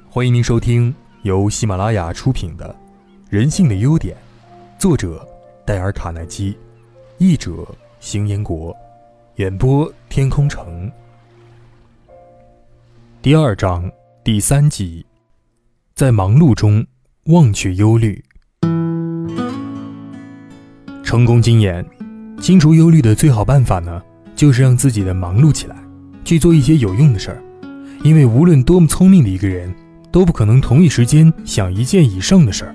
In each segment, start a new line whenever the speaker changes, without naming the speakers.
欢迎您收听由喜马拉雅出品的《人性的优点》，作者戴尔·卡耐基，译者邢彦国，演播天空城。第2章第3集，在忙碌中忘却忧虑。成功经验，清除忧虑的最好办法呢，就是让自己的忙碌起来，去做一些有用的事儿。因为无论多么聪明的一个人，都不可能同一时间想1件以上的事儿。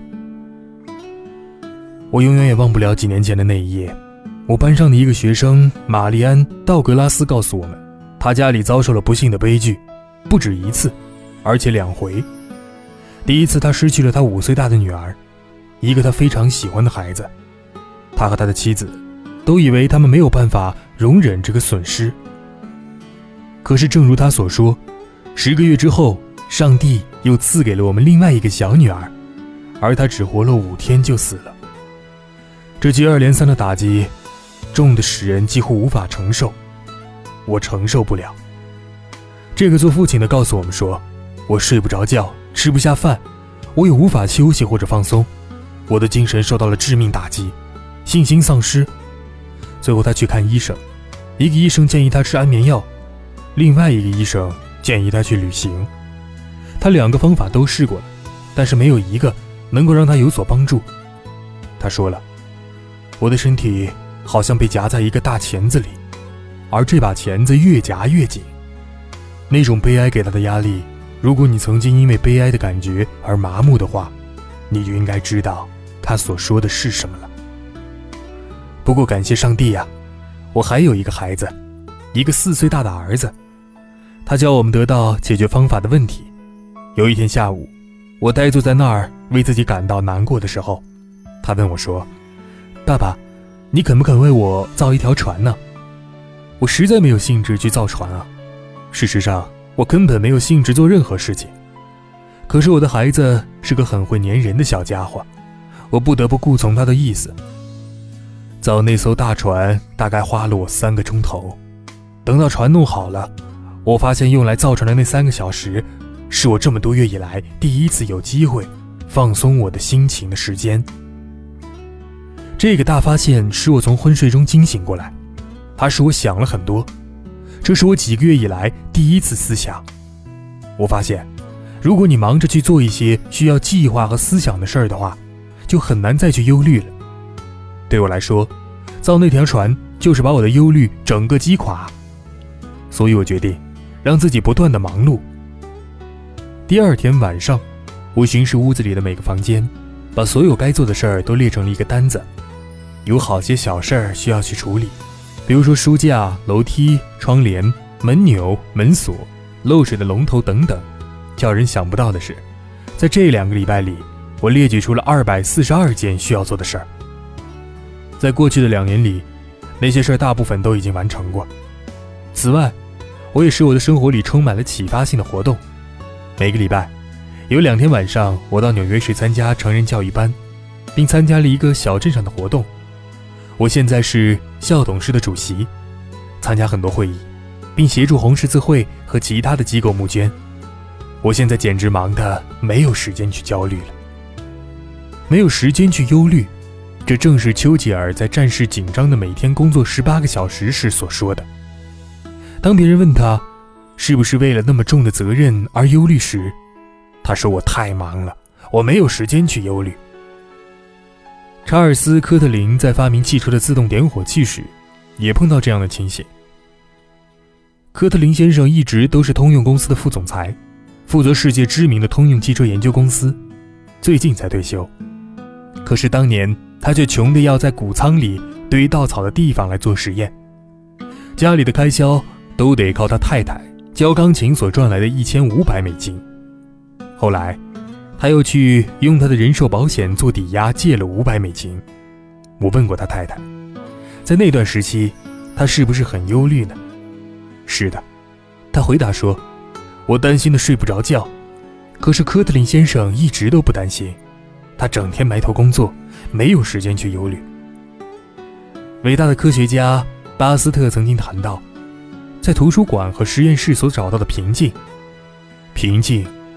我永远也忘不了几年前的那一夜，我班上的一个学生玛丽安·道格拉斯告诉我们，他家里遭受了不幸的悲剧，不止1次，而且2回。第一次，他失去了他5岁大的女儿，一个他非常喜欢的孩子。他和他的妻子都以为他们没有办法容忍这个损失。可是正如他所说，10个月之后，上帝又赐给了我们另外一个小女儿，而她只活了5天就死了。这接二连三的打击，重的使人几乎无法承受。我承受不了。这个做父亲的告诉我们说，我睡不着觉，吃不下饭，我也无法休息或者放松，我的精神受到了致命打击，信心丧失。最后他去看医生，一个医生建议他吃安眠药，另外一个医生建议他去旅行。他2个方法都试过了，但是没有一个能够让他有所帮助。他说了，我的身体好像被夹在一个大钳子里，而这把钳子越夹越紧。那种悲哀给他的压力，如果你曾经因为悲哀的感觉而麻木的话，你就应该知道他所说的是什么了。不过感谢上帝呀，我还有一个孩子，一个4岁大的儿子，他教我们得到解决方法的问题。有一天下午，我呆坐在那儿为自己感到难过的时候，他问我说，爸爸，你肯不肯为我造一条船呢？我实在没有兴致去造船啊。事实上，我根本没有兴致做任何事情。可是我的孩子是个很会粘人的小家伙，我不得不顾从他的意思。造那艘大船大概花了我3个钟头。等到船弄好了，我发现用来造船的那3个小时，是我这么多月以来第一次有机会放松我的心情的时间。这个大发现使我从昏睡中惊醒过来，它使我想了很多，这是我几个月以来第一次思想。我发现，如果你忙着去做一些需要计划和思想的事儿的话，就很难再去忧虑了。对我来说，造那条船就是把我的忧虑整个击垮，所以我决定让自己不断地忙碌。第2天晚上，我巡视屋子里的每个房间，把所有该做的事儿都列成了一个单子。有好些小事儿需要去处理，比如说书架、楼梯、窗帘、门钮、门锁、漏水的龙头等等。叫人想不到的是，在这2个礼拜里，我列举出了242件需要做的事儿。在过去的2年里，那些事儿大部分都已经完成过。此外，我也使我的生活里充满了启发性的活动。每个礼拜有2天晚上，我到纽约市参加成人教育班，并参加了一个小镇上的活动。我现在是校董事的主席，参加很多会议，并协助红十字会和其他的机构募捐。我现在简直忙得没有时间去焦虑了，没有时间去忧虑。这正是丘吉尔在战事紧张的每天工作18个小时时所说的。当别人问他是不是为了那么重的责任而忧虑时，他说，我太忙了，我没有时间去忧虑。查尔斯·科特林在发明汽车的自动点火器时也碰到这样的情形。科特林先生一直都是通用公司的副总裁，负责世界知名的通用汽车研究公司，最近才退休。可是当年他却穷得要在谷仓里堆稻草的地方来做实验，家里的开销都得靠他太太教钢琴所赚来的$1500。后来他又去用他的人寿保险做抵押借了$500。我问过他太太，在那段时期他是不是很忧虑呢？是的，他回答说，我担心的睡不着觉。可是科特林先生一直都不担心，他整天埋头工作，没有时间去忧虑。伟大的科学家巴斯特曾经谈到，在图书馆和实验室所找到的平静，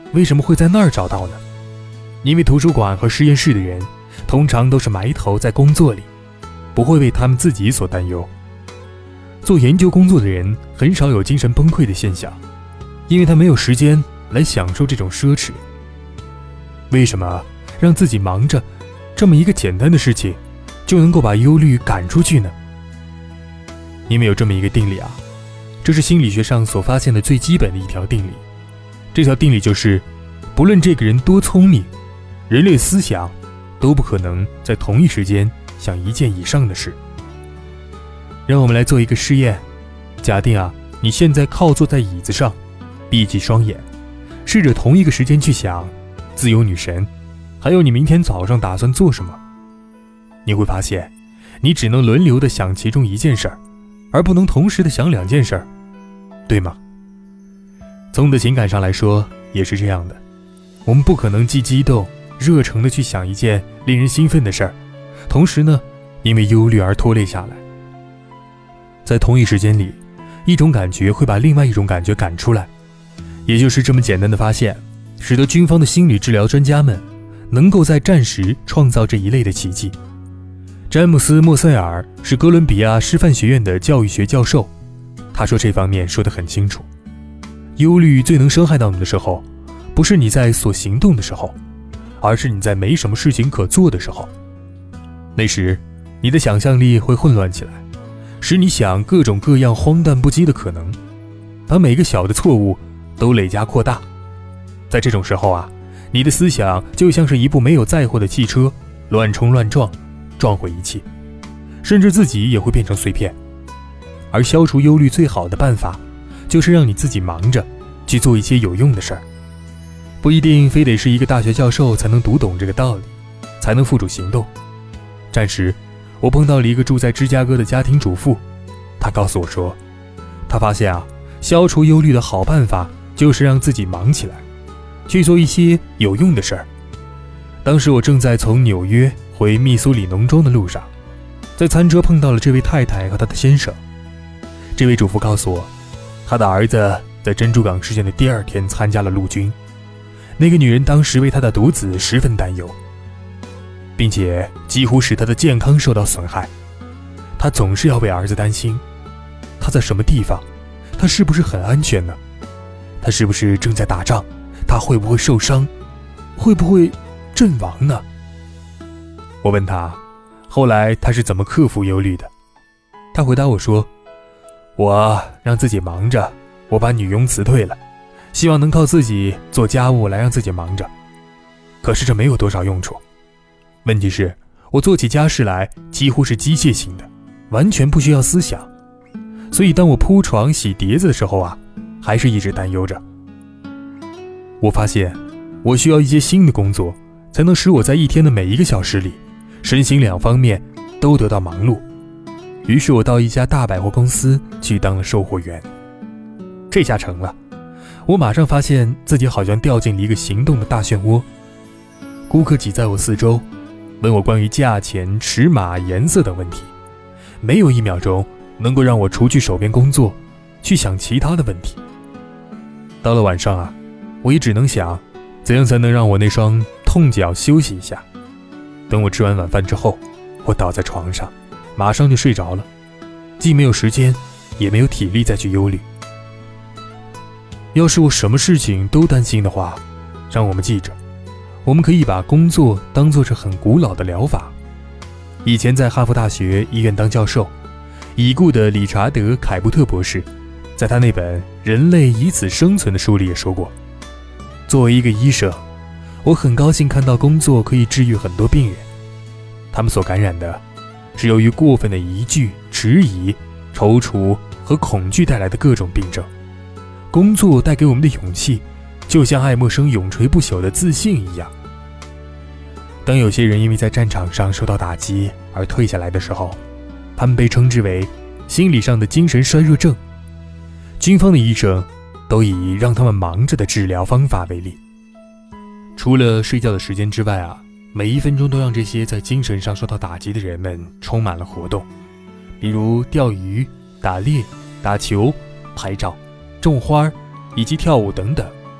为什么会在那儿找到呢？因为图书馆和实验室的人通常都是埋头在工作里，不会为他们自己所担忧。做研究工作的人很少有精神崩溃的现象，因为他没有时间来享受这种奢侈。为什么让自己忙着这么一个简单的事情就能够把忧虑赶出去呢？因为有这么一个定理啊，这是心理学上所发现的最基本的一条定理。这条定理就是，不论这个人多聪明，人类思想都不可能在同一时间想一件以上的事。让我们来做一个试验，假定啊，你现在靠坐在椅子上，闭起双眼，试着同一个时间去想自由女神，还有你明天早上打算做什么。你会发现，你只能轮流的想其中一件事儿，而不能同时的想两件事儿，对吗？从你的情感上来说也是这样的，我们不可能既激动热诚的去想一件令人兴奋的事儿，同时呢，因为忧虑而拖累下来。在同一时间里，一种感觉会把另外一种感觉赶出来，也就是这么简单的发现，使得军方的心理治疗专家们能够在战时创造这一类的奇迹。詹姆斯·莫塞尔是哥伦比亚师范学院的教育学教授，他说这方面说得很清楚。忧虑最能伤害到你的时候，不是你在所行动的时候，而是你在没什么事情可做的时候。那时，你的想象力会混乱起来，使你想各种各样荒诞不羁的可能，把每个小的错误都累加扩大。在这种时候啊，你的思想就像是一部没有载货的汽车，乱冲乱撞，撞毁一切，甚至自己也会变成碎片。而消除忧虑最好的办法，就是让你自己忙着去做一些有用的事儿。不一定非得是一个大学教授才能读懂这个道理，才能付诸行动。战时，我碰到了一个住在芝加哥的家庭主妇，她告诉我说，她发现啊，消除忧虑的好办法就是让自己忙起来，去做一些有用的事儿。当时我正在从纽约回密苏里农庄的路上，在餐车碰到了这位太太和她的先生。这位主妇告诉我，她的儿子在珍珠港事件的第2天参加了陆军，那个女人当时为她的独子十分担忧，并且几乎使她的健康受到损害。她总是要为儿子担心，他在什么地方？他是不是很安全呢？他是不是正在打仗？他会不会受伤？会不会阵亡呢？我问他，后来他是怎么克服忧虑的？他回答我说，我让自己忙着，我把女佣辞退了，希望能靠自己做家务来让自己忙着。可是这没有多少用处。问题是，我做起家事来几乎是机械性的，完全不需要思想。所以当我铺床洗碟子的时候啊，还是一直担忧着。我发现我需要一些新的工作，才能使我在一天的每一个小时里，身心两方面都得到忙碌。于是我到一家大百货公司去当了售货员。这下成了，我马上发现自己好像掉进了一个行动的大漩涡。顾客挤在我四周，问我关于价钱、尺码、颜色等问题，没有1秒钟能够让我除去手边工作，去想其他的问题。到了晚上啊，我也只能想，怎样才能让我那双痛脚休息一下。等我吃完晚饭之后，我倒在床上，马上就睡着了，既没有时间，也没有体力再去忧虑。要是我什么事情都担心的话，让我们记着，我们可以把工作当作是很古老的疗法。以前在哈佛大学医院当教授，已故的理查德·凯布特博士在他那本《人类以此生存》的书里也说过，作为一个医生，我很高兴看到工作可以治愈很多病人，他们所感染的是由于过分的疑惧、迟疑、踌躇和恐惧带来的各种病症。工作带给我们的勇气，就像爱默生永垂不朽的自信一样。当有些人因为在战场上受到打击而退下来的时候，他们被称之为心理上的精神衰弱症。军方的医生都以让他们忙着的治疗方法为例。除了睡觉的时间之外啊，每1分钟都让这些在精神上受到打击的人们充满了活动，比如钓鱼、打猎、打球、拍照、种花以及跳舞等等，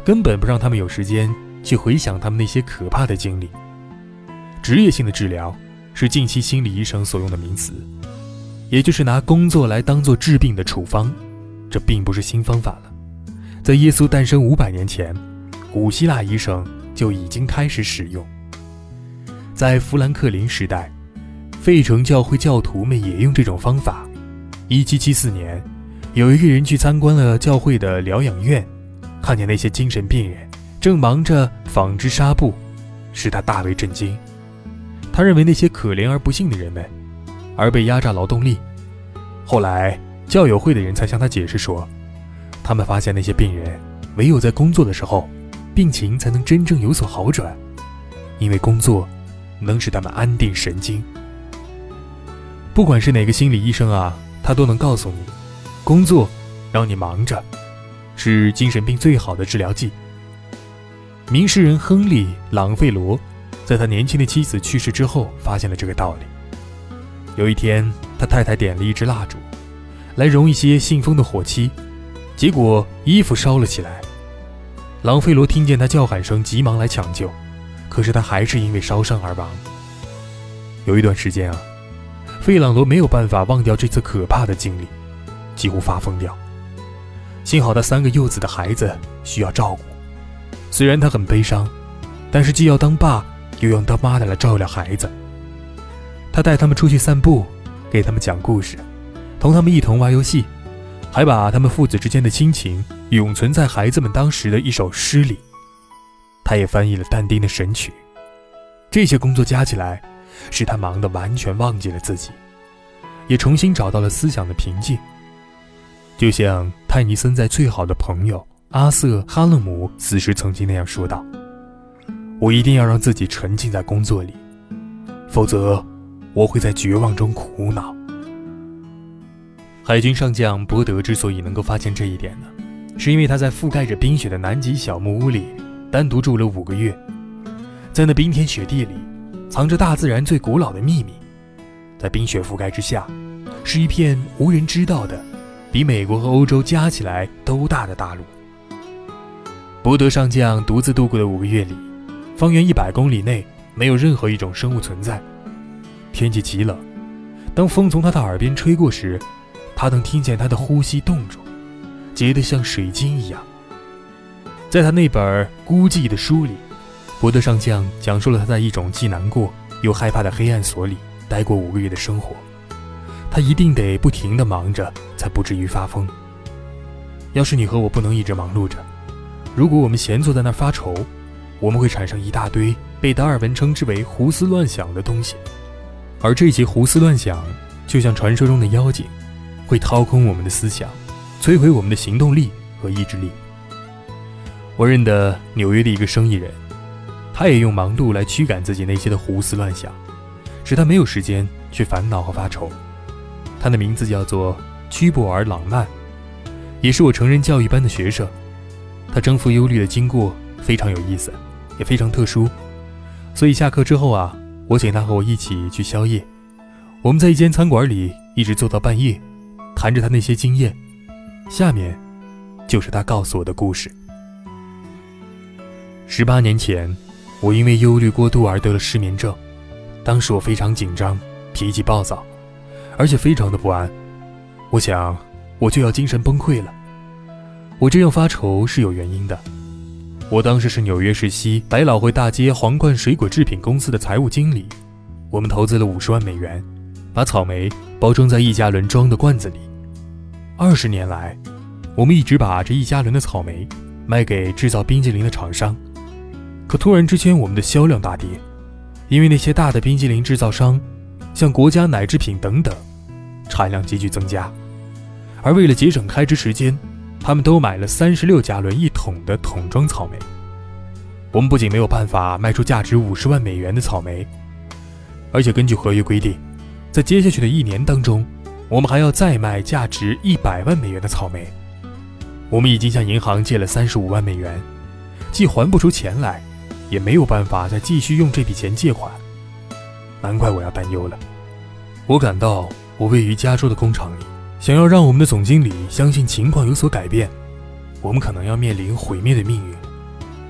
根本不让他们有时间去回想他们那些可怕的经历。职业性的治疗是近期心理医生所用的名词，也就是拿工作来当作治病的处方。这并不是新方法了，在耶稣诞生500年前，古希腊医生就已经开始使用。在富兰克林时代，费城教会教徒们也用这种方法。1774年，有一个人去参观了教会的疗养院，看见那些精神病人正忙着纺织纱布，使他大为震惊。他认为那些可怜而不幸的人们而被压榨劳动力。后来教友会的人才向他解释说，他们发现那些病人唯有在工作的时候，病情才能真正有所好转，因为工作能使他们安定神经。不管是哪个心理医生啊，他都能告诉你，工作让你忙着是精神病最好的治疗剂。名诗人亨利·朗费罗在他年轻的妻子去世之后发现了这个道理。有一天，他太太点了一支蜡烛来融一些信封的火漆，结果衣服烧了起来。朗费罗听见他叫喊声，急忙来抢救，可是他还是因为烧伤而亡。有一段时间啊，费朗罗没有办法忘掉这次可怕的经历，几乎发疯掉。幸好他3个幼子的孩子需要照顾，虽然他很悲伤，但是既要当爸又要当妈的来照料孩子。他带他们出去散步，给他们讲故事，同他们一同玩游戏，还把他们父子之间的亲情永存在孩子们当时的一首诗里。他也翻译了但丁的《神曲》。这些工作加起来，使他忙得完全忘记了自己，也重新找到了思想的平静。就像泰尼森在《最好的朋友》阿瑟·哈勒姆死时曾经那样说道，我一定要让自己沉浸在工作里，否则我会在绝望中苦恼。海军上将伯德之所以能够发现这一点呢，是因为他在覆盖着冰雪的南极小木屋里单独住了5个月。在那冰天雪地里，藏着大自然最古老的秘密。在冰雪覆盖之下，是一片无人知道的，比美国和欧洲加起来都大的大陆。伯德上将独自度过的5个月里，方圆100公里内没有任何一种生物存在。天气极冷，当风从他的耳边吹过时，他能听见他的呼吸冻住，结得像水晶一样。在他那本孤寂的书里，伯德上将讲述了他在一种既难过又害怕的黑暗所里待过5个月的生活。他一定得不停地忙着，才不至于发疯。要是你和我不能一直忙碌着，如果我们闲坐在那儿发愁，我们会产生一大堆被达尔文称之为胡思乱想的东西。而这些胡思乱想就像传说中的妖精，会掏空我们的思想，摧毁我们的行动力和意志力。我认得纽约的一个生意人，他也用忙碌来驱赶自己那些的胡思乱想，使他没有时间去烦恼和发愁。他的名字叫做屈布尔·朗曼，也是我成人教育班的学生。他征服忧虑的经过非常有意思，也非常特殊，所以下课之后啊，我请他和我一起去宵夜。我们在一间餐馆里一直坐到半夜，谈着他那些经验。下面就是他告诉我的故事。18年前，我因为忧虑过度而得了失眠症。当时我非常紧张，脾气暴躁，而且非常的不安。我想我就要精神崩溃了。我这样发愁是有原因的。我当时是纽约市西百老汇大街皇冠水果制品公司的财务经理。我们投资了50万美元，把草莓包装在1加仑装的罐子里。20年来，我们一直把这1加仑的草莓卖给制造冰激凌的厂商。可突然之间，我们的销量大跌，因为那些大的冰激凌制造商，像国家奶制品等等，产量急剧增加。而为了节省开支时间，他们都买了36加仑1桶的桶装草莓。我们不仅没有办法卖出价值50万美元的草莓，而且根据合约规定，在接下去的1年当中，我们还要再卖价值100万美元的草莓。我们已经向银行借了35万美元，既还不出钱来，也没有办法再继续用这笔钱借款。难怪我要担忧了。我感到我位于加州的工厂里，想要让我们的总经理相信情况有所改变，我们可能要面临毁灭的命运。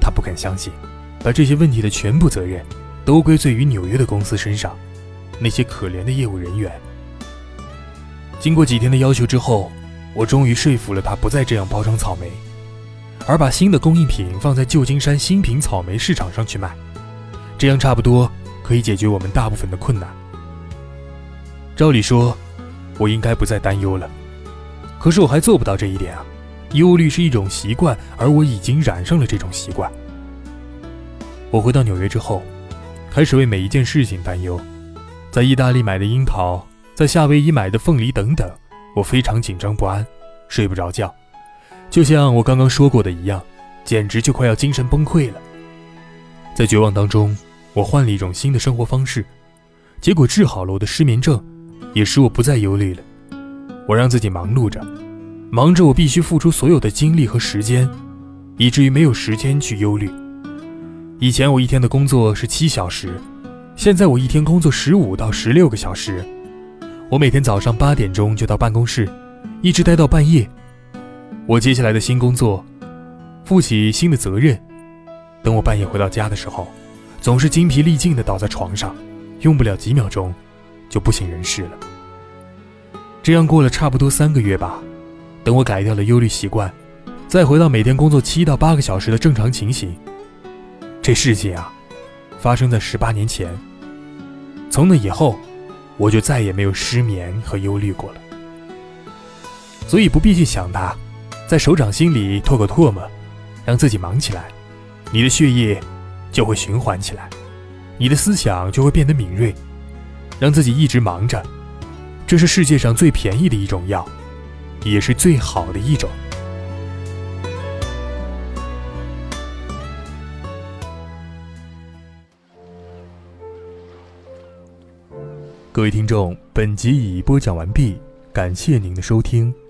他不肯相信，把这些问题的全部责任都归罪于纽约的公司身上，那些可怜的业务人员。经过几天的要求之后，我终于说服了他不再这样包装草莓，而把新的供应品放在旧金山新品草莓市场上去卖，这样差不多可以解决我们大部分的困难。照理说，我应该不再担忧了，可是我还做不到这一点啊。忧虑是一种习惯，而我已经染上了这种习惯。我回到纽约之后，开始为每一件事情担忧，在意大利买的樱桃，在夏威夷买的凤梨等等，我非常紧张不安，睡不着觉，就像我刚刚说过的一样，简直就快要精神崩溃了。在绝望当中，我换了一种新的生活方式，结果治好了我的失眠症，也使我不再忧虑了。我让自己忙碌着，忙着我必须付出所有的精力和时间，以至于没有时间去忧虑。以前我一天的工作是7小时，现在我一天工作15到16个小时。我每天早上8点钟就到办公室，一直待到半夜。我接下来的新工作，负起新的责任。等我半夜回到家的时候，总是精疲力尽地倒在床上，用不了几秒钟就不省人事了。这样过了差不多3个月吧，等我改掉了忧虑习惯，再回到每天工作7到8个小时的正常情形。这事情啊，发生在18年前。从那以后，我就再也没有失眠和忧虑过了。所以不必去想它，在手掌心里唾个唾沫，让自己忙起来，你的血液就会循环起来，你的思想就会变得敏锐，让自己一直忙着。这是世界上最便宜的一种药，也是最好的一种。各位听众，本集已播讲完毕，感谢您的收听。